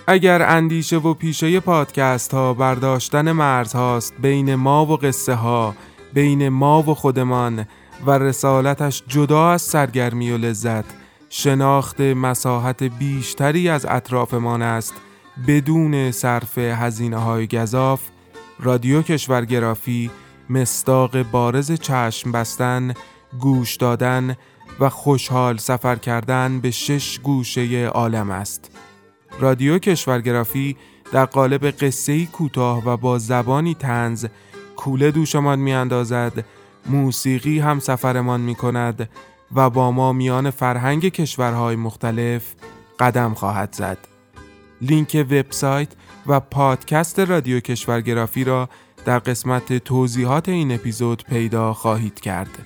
اگر اندیشه و پیشه پادکست ها برداشتن مرزهاست بین ما و قصه ها، بین ما و خودمان و رسالتش جدا از سرگرمی و لذت، شناخت مساحت بیشتری از اطرافمان است بدون صرف هزینه‌های گزاف، رادیو کشورگرافی مصداق بارز چشم بستن، گوش دادن و خوشحال سفر کردن به 6 گوشه عالم است. رادیو کشورگرافی در قالب قصه‌ای کوتاه و با زبانی طنز کوله دوشمان می‌اندازد، موسیقی هم سفرمان می‌کند و با ما میان فرهنگ کشورهای مختلف قدم خواهد زد. لینک وبسایت و پادکست رادیو کشورگرافی را در قسمت توضیحات این اپیزود پیدا خواهید کرد.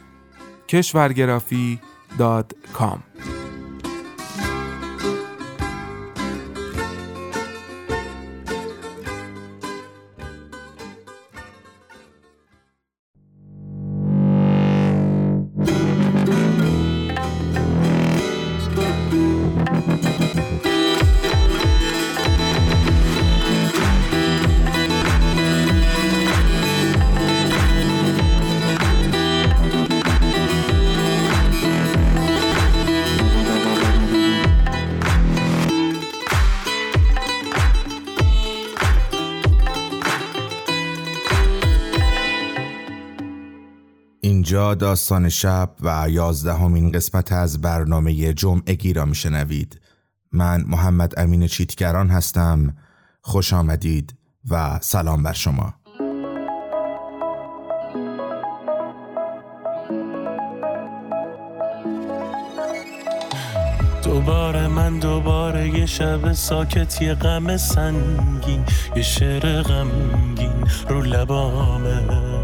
keshvargerafi.com. اینجا داستان شب و 11مین قسمت از برنامه جمعگی را میشنوید. من محمد امین چیتگران هستم. خوش آمدید و سلام بر شما. دوباره یه شب ساکت، یه غم سنگین، یه شعر غمگین رو لبامه.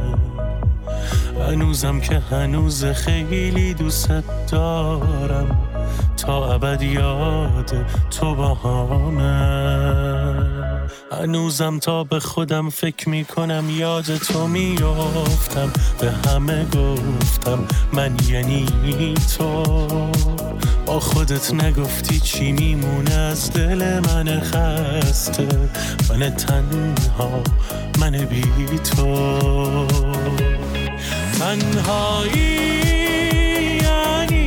هنوزم که هنوز خیلی دوست دارم، تا ابد یاد تو باهامه. هنوزم تا به خودم فکر میکنم یاد تو میافتم، به همه گفتم من یعنی تو. با خودت نگفتی چی میمونه از دل من خسته، من تنها، من بی تو. تنهایی یعنی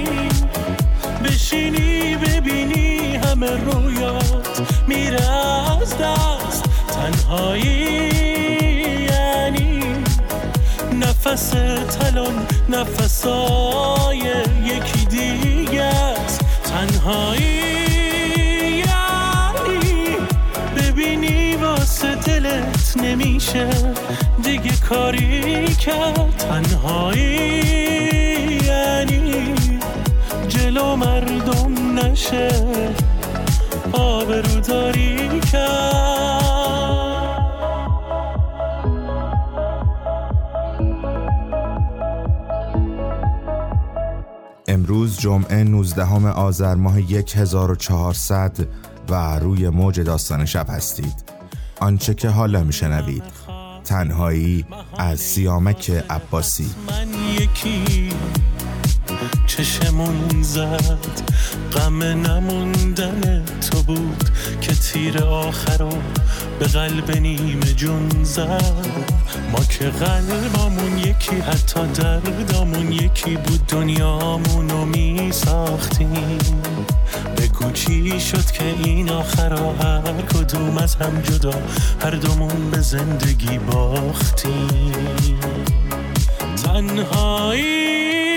بشینی ببینی همه رویات میره از دست. تنهایی یعنی نفس تلون نفسای یکی دیگه است. تنهایی یعنی ببینی واسه دلت نمیشه دیگه کاری کرد. تنهایی یعنی جلو مردم نشه آبروداری کرد. امروز جمعه 19 آذر ماه 1400 و روی موج داستان شب هستید. آنچه که حالا میشنوید تنهایی از سیامک عباسی. من یکی چشمون زد، غم نموندن تو بود که تیر آخرو به قلب نیمه جون زد. ما که قلبامون یکی، حتی دردامون یکی بود، دنیامونو می ساختیم. بگو چی شد که این آخرا هر کدوم از هم جدا، هر دومون به زندگی باختیم. تنهایی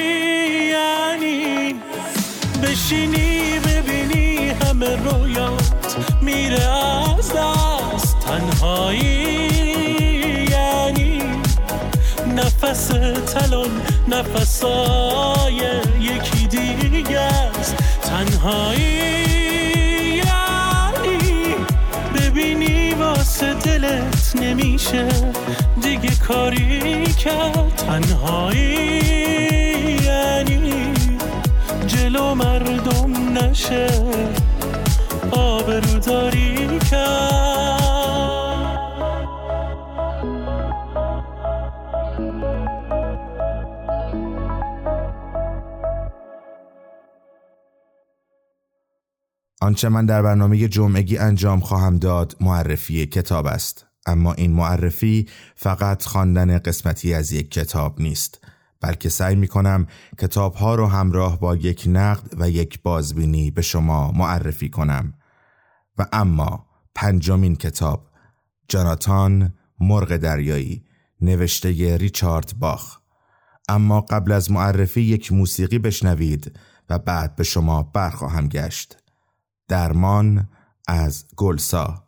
یعنی بشینی ببینی همه رویات میره از دست. تنهایی یعنی نفس تلون نفسای یکی دیگه است. تنهایی یعنی ببینی واسه دلت نمیشه دیگه کاری کرد. تنهایی یعنی جلو مردم نشه آبروداری کرد. آنچه من در برنامه جمعگی انجام خواهم داد معرفی کتاب است، اما این معرفی فقط خواندن قسمتی از یک کتاب نیست، بلکه سعی می کنم کتاب‌ها رو همراه با یک نقد و یک بازبینی به شما معرفی کنم. و اما پنجمین کتاب، جاناتان مرغ دریایی، نوشته ریچارد باخ. اما قبل از معرفی یک موسیقی بشنوید و بعد به شما برخواهم گشت. درمان از گلسا.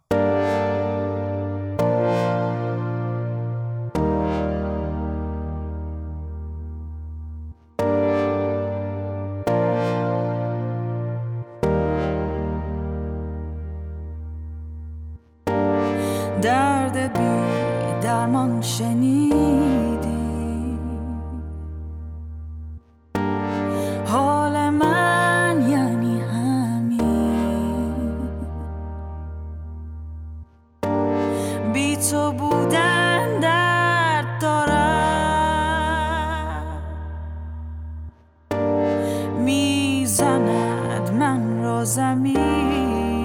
درد بی درمان شنیدی، حال من یعنی همین، بی تو بودن درد دارد، میزند من را زمین.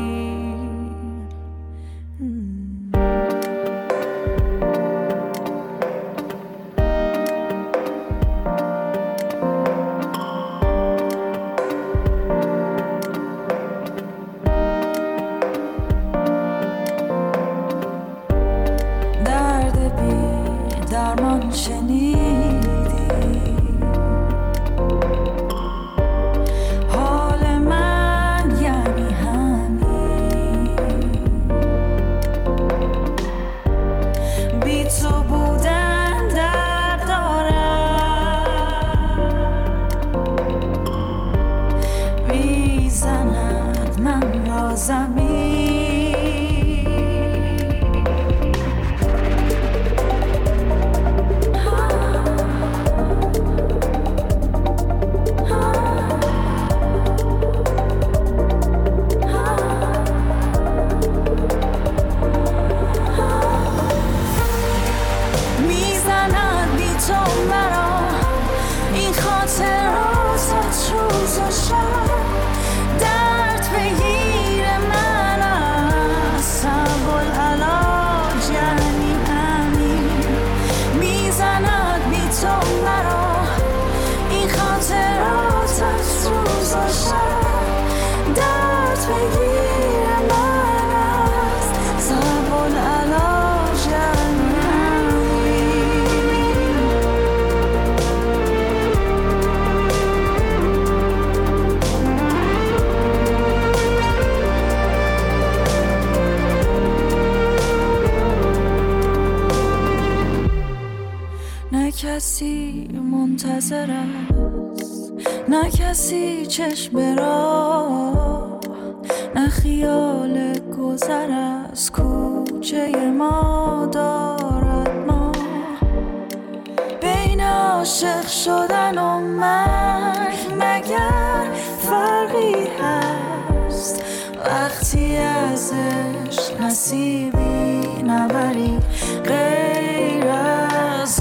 کسی منتظر است، نه کسی چشم راه، نه خیال گذر از کوچه ما دارد. ما بین عاشق شدن و مرگ مگر فرقی هست؟ وقتی از عشق نصیبی نبری غیر از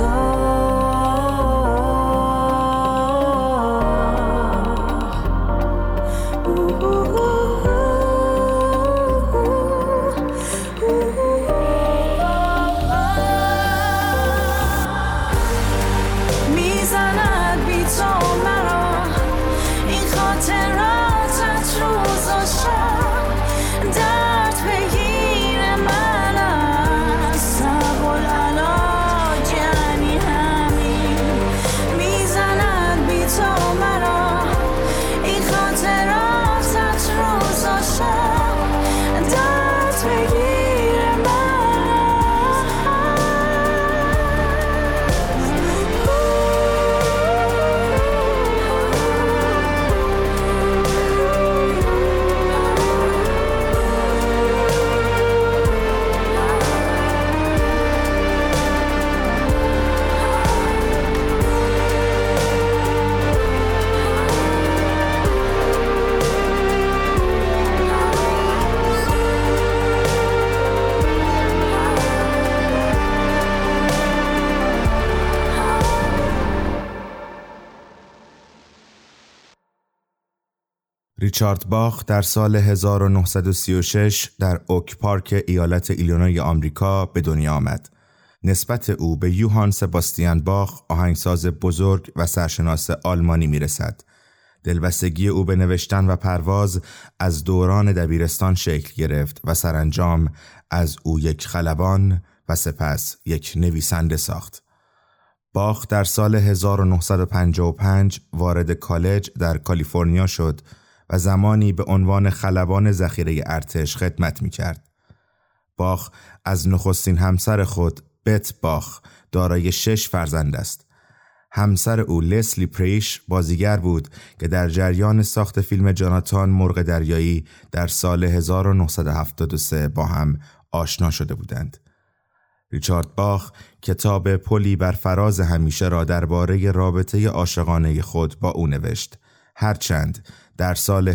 درد بگیر من ریچارد باخ در سال 1936 در اوک پارک ایالت ایلینوی آمریکا به دنیا آمد. نسبت او به یوهان سباستیان باخ آهنگساز بزرگ و سرشناس آلمانی میرسد. دلبستگی او به نوشتن و پرواز از دوران دبیرستان شکل گرفت و سرانجام از او یک خلبان و سپس یک نویسنده ساخت. باخ در سال 1955 وارد کالج در کالیفرنیا شد و زمانی به عنوان خلبان ذخیره ارتش خدمت می‌کرد. باخ از نخستین همسر خود بت باخ دارای 6 فرزند است. همسر او لسلی پریش بازیگر بود که در جریان ساخت فیلم جاناتان مرغ دریایی در سال 1973 با هم آشنا شده بودند. ریچارد باخ کتاب پلی بر فراز همیشه را درباره رابطه عاشقانه خود با او نوشت، هرچند در سال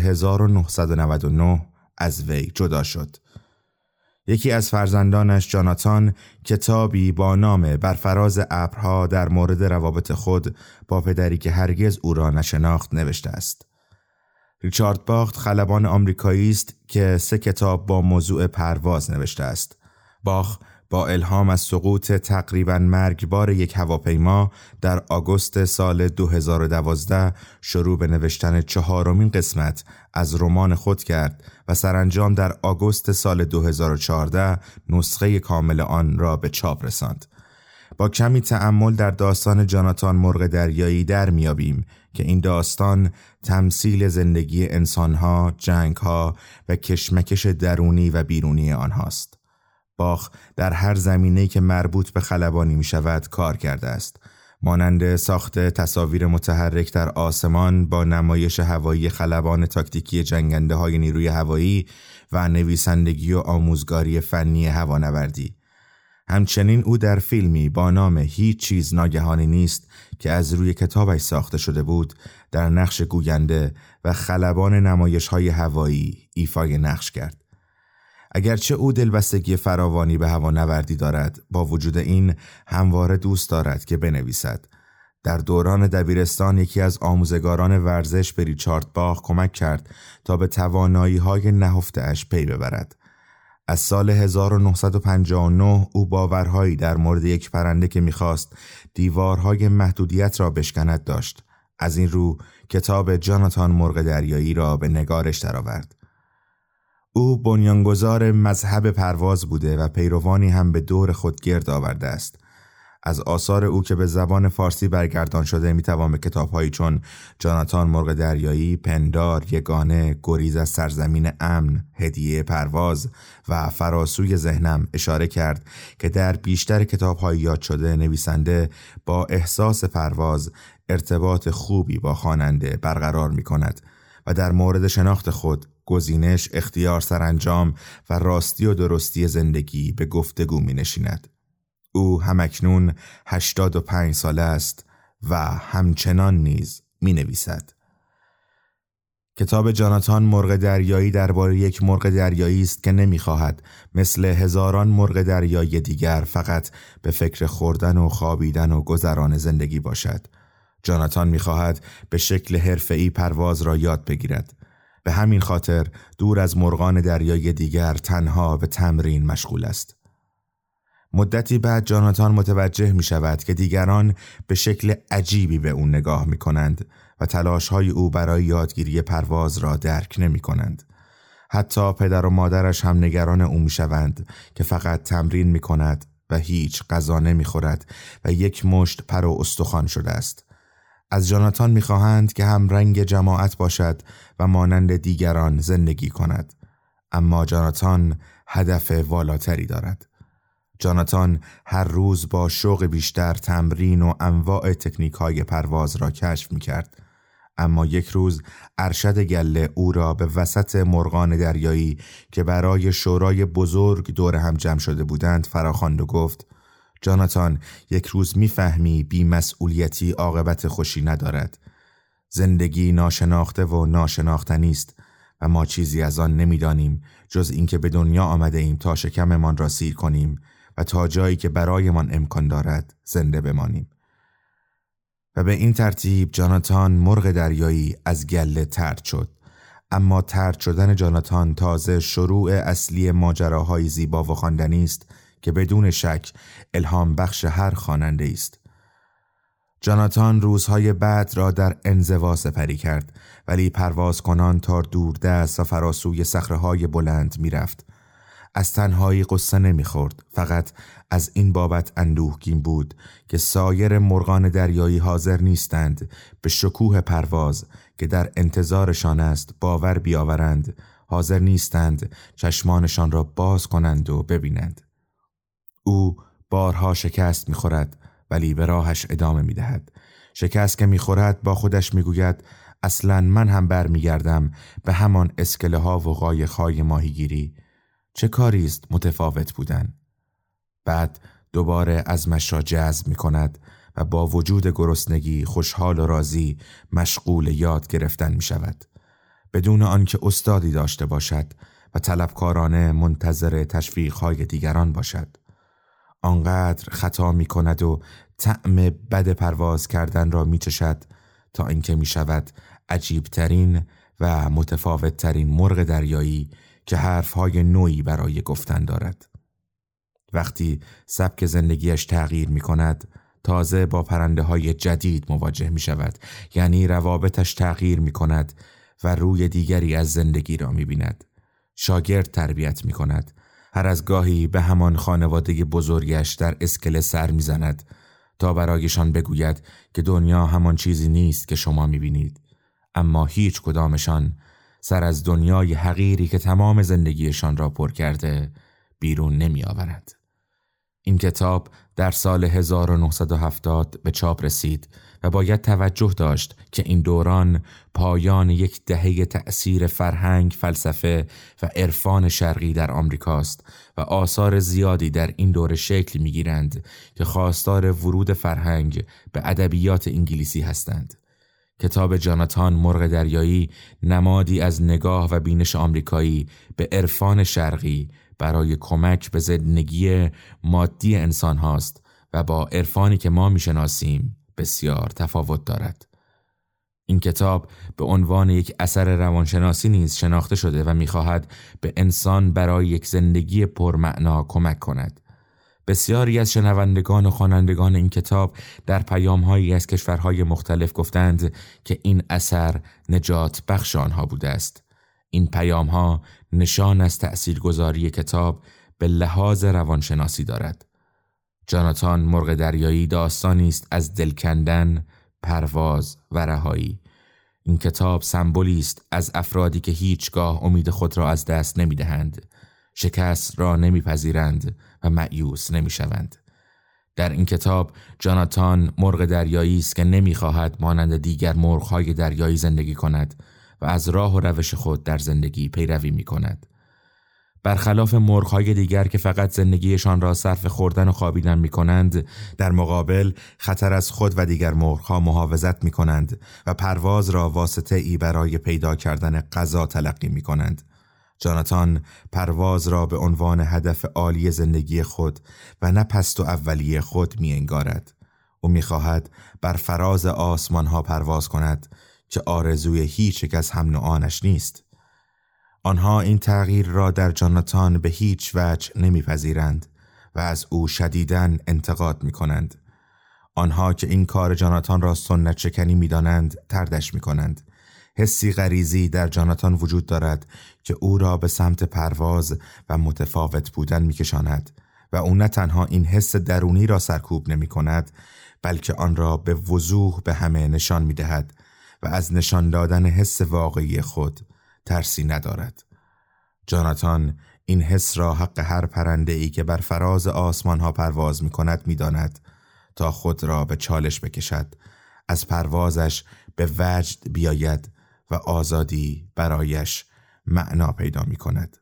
1999 از وی جدا شد. یکی از فرزندانش جاناتان کتابی با نام بر فراز ابرها در مورد روابط خود با پدری که هرگز او را نشناخت نوشته است. ریچارد باخ خلبان آمریکایی است که 3 کتاب با موضوع پرواز نوشته است. باخ با الهام از سقوط تقریباً مرگبار یک هواپیما در آگوست سال 2012 شروع به نوشتن 4مین قسمت از رمان خود کرد و سرانجام در آگوست سال 2014 نسخه کامل آن را به چاپ رساند. با کمی تأمل در داستان جاناتان مرغ دریایی در میابیم که این داستان تمثیل زندگی انسانها، جنگها و کشمکش درونی و بیرونی آنهاست. باخ در هر زمینه‌ای که مربوط به خلبانی می شود کار کرده است، مانند ساخت تصاویر متحرک در آسمان با نمایش هوایی خلبان تاکتیکی جنگنده های نیروی هوایی و نویسندگی و آموزگاری فنی هوانوردی. همچنین او در فیلمی با نام هیچ چیز ناگهانی نیست که از روی کتابش ساخته شده بود در نقش گوینده و خلبان نمایش های هوایی ایفای نقش کرد. اگرچه او دلبستگی فراوانی به هوانوردی دارد، با وجود این همواره دوست دارد که بنویسد. در دوران دبیرستان یکی از آموزگاران ورزش به ریچارد باخ کمک کرد تا به توانایی‌های نهفته‌اش پی ببرد. از سال 1959 او باورهایی در مورد یک پرنده که می‌خواست دیوارهای محدودیت را بشکند داشت. از این رو کتاب جاناتان مرغ دریایی را به نگارش درآورد. او بنیانگذار مذهب پرواز بوده و پیروانی هم به دور خود گرد آورده است. از آثار او که به زبان فارسی برگردان شده میتوان به کتاب‌هایی چون جاناتان مرغ دریایی، پندار، یگانه، گریز از سرزمین امن، هدیه پرواز و فراسوی ذهنم اشاره کرد که در بیشتر کتاب‌های یاد شده نویسنده با احساس پرواز ارتباط خوبی با خواننده برقرار می‌کند و در مورد شناخت خود، گزینش، اختیار، سرانجام و راستی و درستی زندگی به گفتگو می نشیند. او همکنون 85 ساله است و همچنان نیز می نویسد. کتاب جاناتان مرغ دریایی درباره یک مرغ دریایی است که نمی خواهد مثل هزاران مرغ دریایی دیگر فقط به فکر خوردن و خوابیدن و گذران زندگی باشد. جاناتان می خواهد به شکل حرفه‌ای پرواز را یاد بگیرد. به همین خاطر دور از مرغان دریایی دیگر تنها به تمرین مشغول است. مدتی بعد جاناتان متوجه می شود که دیگران به شکل عجیبی به او نگاه می کنند و تلاش‌های او برای یادگیری پرواز را درک نمی کنند. حتی پدر و مادرش هم نگران او می شوند که فقط تمرین می کند و هیچ غذا نمی خورد و یک مشت پر و استخوان شده است. از جاناتان می‌خواهند که هم رنگ جماعت باشد و مانند دیگران زندگی کند. اما جاناتان هدف والاتری دارد. جاناتان هر روز با شوق بیشتر تمرین و انواع تکنیک‌های پرواز را کشف می‌کرد. اما یک روز ارشد گله او را به وسط مرغان دریایی که برای شورای بزرگ دور هم جمع شده بودند فراخواند و گفت: جاناتان، یک روز میفهمی بی‌مسئولیتی عاقبت خوشی ندارد. زندگی ناشناخته و ناشناختنی است و ما چیزی از آن نمیدانیم جز اینکه به دنیا آمده ایم تا شکممان را سیر کنیم و تا جایی که برایمان امکان دارد زنده بمانیم. و به این ترتیب جاناتان مرغ دریایی از گله طرد شد. اما طرد شدن جاناتان تازه شروع اصلی ماجراهای زیبا و خواندنی است که بدون شک الهام بخش هر خواننده است. جاناتان روزهای بعد را در انزوا سپری کرد، ولی پرواز کنان تا دوردست و فراسوی صخره‌های بلند می رفت. از تنهایی قصه نمی خورد، فقط از این بابت اندوهگین بود که سایر مرغان دریایی حاضر نیستند به شکوه پرواز که در انتظارشان است باور بیاورند، حاضر نیستند چشمانشان را باز کنند و ببینند. او بارها شکست می خورد ولی به راهش ادامه می دهد. شکست که می خورد با خودش می گوید اصلاً من هم بر می گردم به همان اسکله ها و قایق‌های ماهیگیری. چه کاری است متفاوت بودن؟ بعد دوباره عزمش را جذب می کند و با وجود گرسنگی خوشحال و راضی مشغول یاد گرفتن می شود، بدون آنکه استادی داشته باشد و طلبکارانه منتظر تشویق‌های دیگران باشد. آنقدر خطا می کند و طعم بد پرواز کردن را می چشد تا اینکه می شود عجیبترین و متفاوتترین مرغ دریایی که حرفهای نوعی برای گفتن دارد. وقتی سبک زندگیش تغییر می کند، تازه با پرنده های جدید مواجه می شود، یعنی روابطش تغییر می کند و روی دیگری از زندگی را می بیند. شاگرد تربیت می کند. هر از گاهی به همان خانواده بزرگش در اسکله سر می زند تا برایشان بگوید که دنیا همان چیزی نیست که شما می بینید. اما هیچ کدامشان سر از دنیای حقیری که تمام زندگیشان را پر کرده بیرون نمی آورد. این کتاب در سال 1970 به چاپ رسید و باید توجه داشت که این دوران پایان یک دهه تأثیر فرهنگ، فلسفه و عرفان شرقی در آمریکاست و آثار زیادی در این دوره شکل می‌گیرند که خواستار ورود فرهنگ به ادبیات انگلیسی هستند. کتاب جاناتان مرغ دریایی نمادی از نگاه و بینش آمریکایی به عرفان شرقی برای کمک به زندگی مادی انسان هاست و با عرفانی که ما میشناسیم بسیار تفاوت دارد. این کتاب به عنوان یک اثر روانشناسی نیز شناخته شده و میخواهد به انسان برای یک زندگی پرمعنا کمک کند. بسیاری از شنوندگان و خوانندگان این کتاب در پیام‌هایی از کشورهای مختلف گفتند که این اثر نجات بخش آنها بوده است. این پیام‌ها نشان از تأثیرگذاری کتاب به لحاظ روانشناسی دارد. جاناتان مرغ دریایی داستانی است از دل کندن، پرواز و رهایی. این کتاب سمبولی است از افرادی که هیچگاه امید خود را از دست نمی‌دهند، شکست را نمی‌پذیرند و مایوس نمی‌شوند. در این کتاب جاناتان مرغ دریایی است که نمی‌خواهد مانند دیگر مرغ‌های دریایی زندگی کند و از راه و روش خود در زندگی پیروی می‌کند. برخلاف مرغ‌های دیگر که فقط زندگیشان را صرف خوردن و خوابیدن می‌کنند، در مقابل خطر از خود و دیگر مرغ‌ها محافظت می‌کنند و پرواز را واسطه‌ای برای پیدا کردن غذا تلقی می‌کنند. جاناتان پرواز را به عنوان هدف عالی زندگی خود و نه پست و اولیه خود می‌انگارد. او می‌خواهد بر فراز آسمان‌ها پرواز کند که آرزوی هیچ یک از هم نوعانش نیست. آنها این تغییر را در جاناتان به هیچ وجه نمیپذیرند و از او شدیداً انتقاد میکنند. آنها که این کار جاناتان را سنت شکنی میدانند طردش میکنند. حسی غریزی در جاناتان وجود دارد که او را به سمت پرواز و متفاوت بودن میکشاند و او نه تنها این حس درونی را سرکوب نمیکند بلکه آن را به وضوح به همه نشان میدهد و از نشان دادن حس واقعی خود ترسی ندارد. جاناتان این حس را حق هر پرنده‌ای که بر فراز آسمان‌ها پرواز می‌کند می‌داند تا خود را به چالش بکشد، از پروازش به وجد بیاید و آزادی برایش معنا پیدا می‌کند.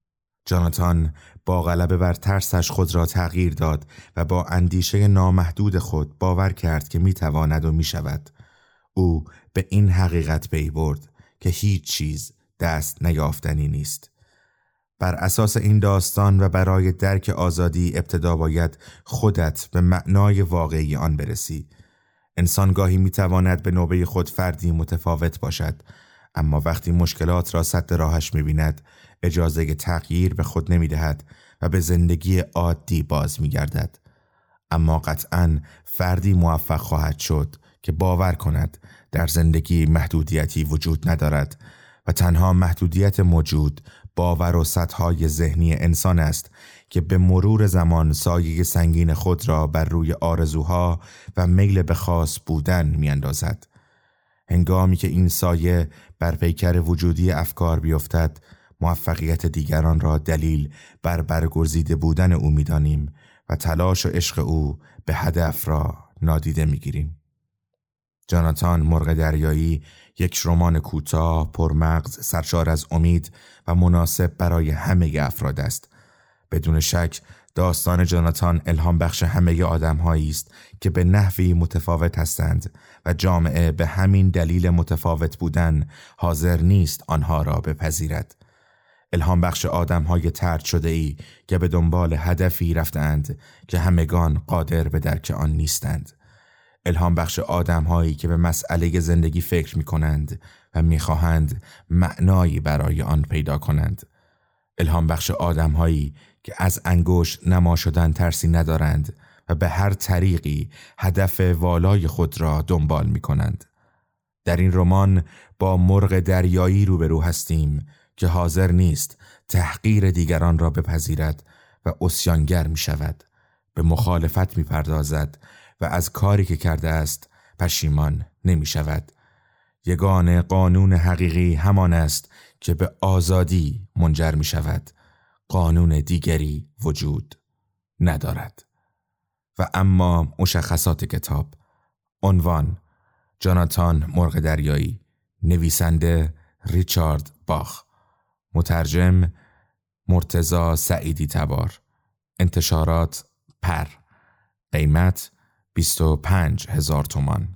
جاناتان با غلبه بر ترسش خود را تغییر داد و با اندیشه نامحدود خود باور کرد که می‌تواند و می‌شود. او به این حقیقت پی برد که هیچ چیز دست نیافتنی نیست. بر اساس این داستان و برای درک آزادی ابتدا باید خودت به معنای واقعی آن برسی. انسان گاهی میتواند به نوبه خود فردی متفاوت باشد، اما وقتی مشکلات را سد راهش می‌بیند اجازه تغییر به خود نمی‌دهد و به زندگی عادی باز می‌گردد. اما قطعاً فردی موفق خواهد شد که باور کند در زندگی محدودیتی وجود ندارد و تنها محدودیت موجود باور و سطح‌های ذهنی انسان است که به مرور زمان سایه سنگین خود را بر روی آرزوها و میل به خاص بودن می‌اندازد. هنگامی که این سایه بر پیکر وجودی افکار بیفتد، موفقیت دیگران را دلیل بر برگزیده بودن او می‌دانیم و تلاش و عشق او به هدف را نادیده می‌گیریم. جاناتان مرغ دریایی یک رمان کوتاه، پرمغز، سرشار از امید و مناسب برای همه افراد است. بدون شک داستان جاناتان الهام بخش همه آدم‌هایی است که به نحوی متفاوت هستند و جامعه به همین دلیل متفاوت بودن حاضر نیست آنها را بپذیرد. الهام بخش آدم‌های طرد شده‌ای که به دنبال هدفی رفتند که همگان قادر به درک آن نیستند. الهام بخش آدم‌هایی که به مسئله زندگی فکر می‌کنند و می‌خواهند معنایی برای آن پیدا کنند. الهام بخش آدم‌هایی که از انگشت نما شدن ترسی ندارند و به هر طریقی هدف والای خود را دنبال می‌کنند. در این رمان با مرغ دریایی روبرو هستیم که حاضر نیست تحقیر دیگران را بپذیرد و عصیانگر می‌شود، به مخالفت می‌پردازد و از کاری که کرده است پشیمان نمی‌شود. یگانه قانون حقیقی همان است که به آزادی منجر می‌شود. قانون دیگری وجود ندارد. و اما مشخصات کتاب: عنوان: جاناتان مرغ دریایی، نویسنده ریچارد باخ، مترجم مرتضی سعیدی تبار، انتشارات پر، قیمت 25,000 تومان.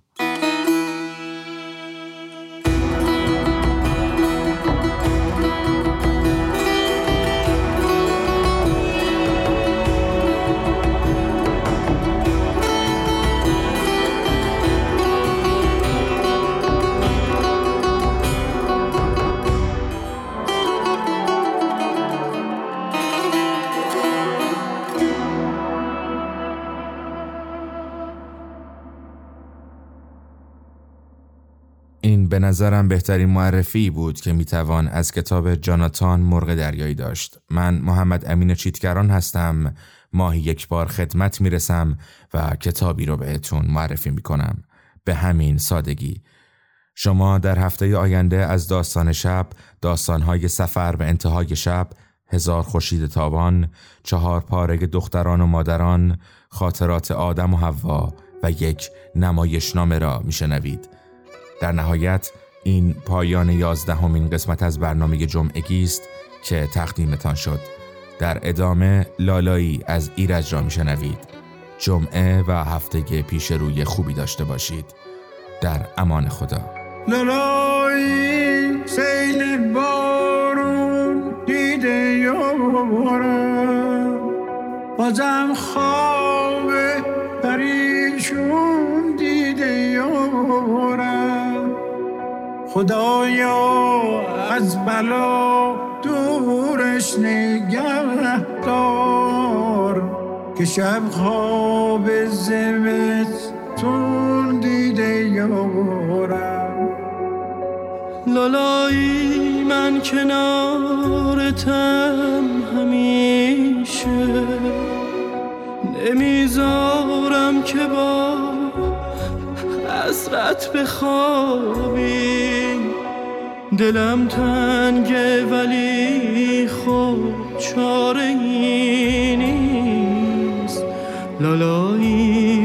این به نظرم بهترین معرفی بود که میتوان از کتاب جاناتان مرغ دریایی داشت. من محمد امین چیتگران هستم. ماهی یک بار خدمت میرسم و کتابی رو بهتون معرفی میکنم. به همین سادگی. شما در هفته آینده از داستان شب، داستانهای سفر به انتهای شب، 1000 خورشید تابان، 4 پاره دختران و مادران، خاطرات آدم و حوا و یک نمایشنامه را میشنوید. در نهایت این پایان 11مین قسمت از برنامه جمعگی است که تقدیمتان شد. در ادامه لالایی از ایرج را میشنوید. جمعه و هفته پیش روی خوبی داشته باشید. در امان خدا. لالایی سیل بارون دیده یارم، بازم خواب پریشون دیده یارم. خدایا از بلا دورش نگه دار، که شب خواب زمستون دیده یارم. لالایی من کنارتم همیشه، نمیذارم که با حسرت بخوابی. دلم تنگه ولی خب چاره ای نیست. لالایی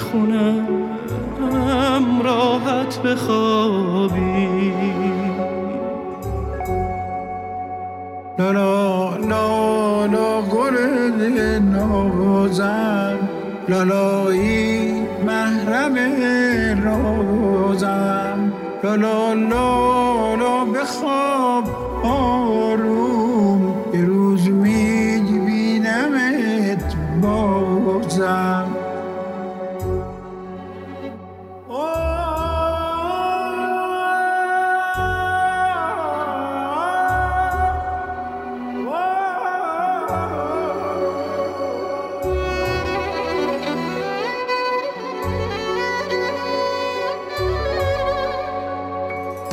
میخونم راحت بخوابی. لالا لالا گل نازم، لالایی محرم رازم. لالا لالا بخواب آروم، یه روز میبینمت بازم.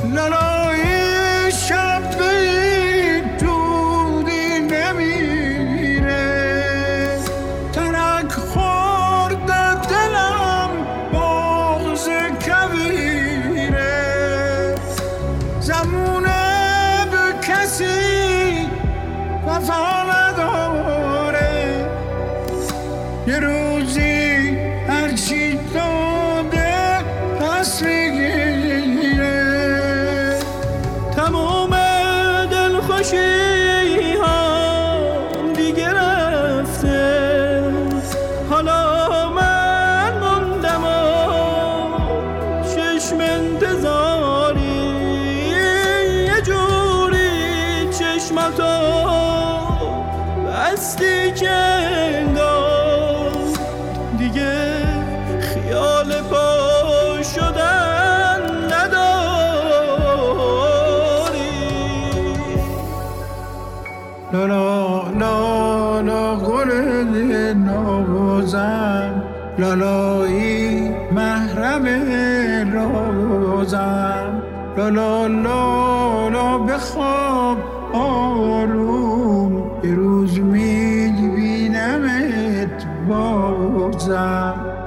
لالای شب به دودی نمیره، ترک خورده دلم بغض کبیره، زمونه به کسی وفا نداره، یه روزی هرچی داده پس میگیره، تمام دلخوشی هم دیگه رفته، حالا من موندم و چشم انتظاری، یه جوری چشماتو بستی که انگار دیگه خیال پا شدن نداری. لالا لالا گل نوزم، لالایی محرم روزم، لالا لالا بخواب آروم، یه روز میبینمت بازم.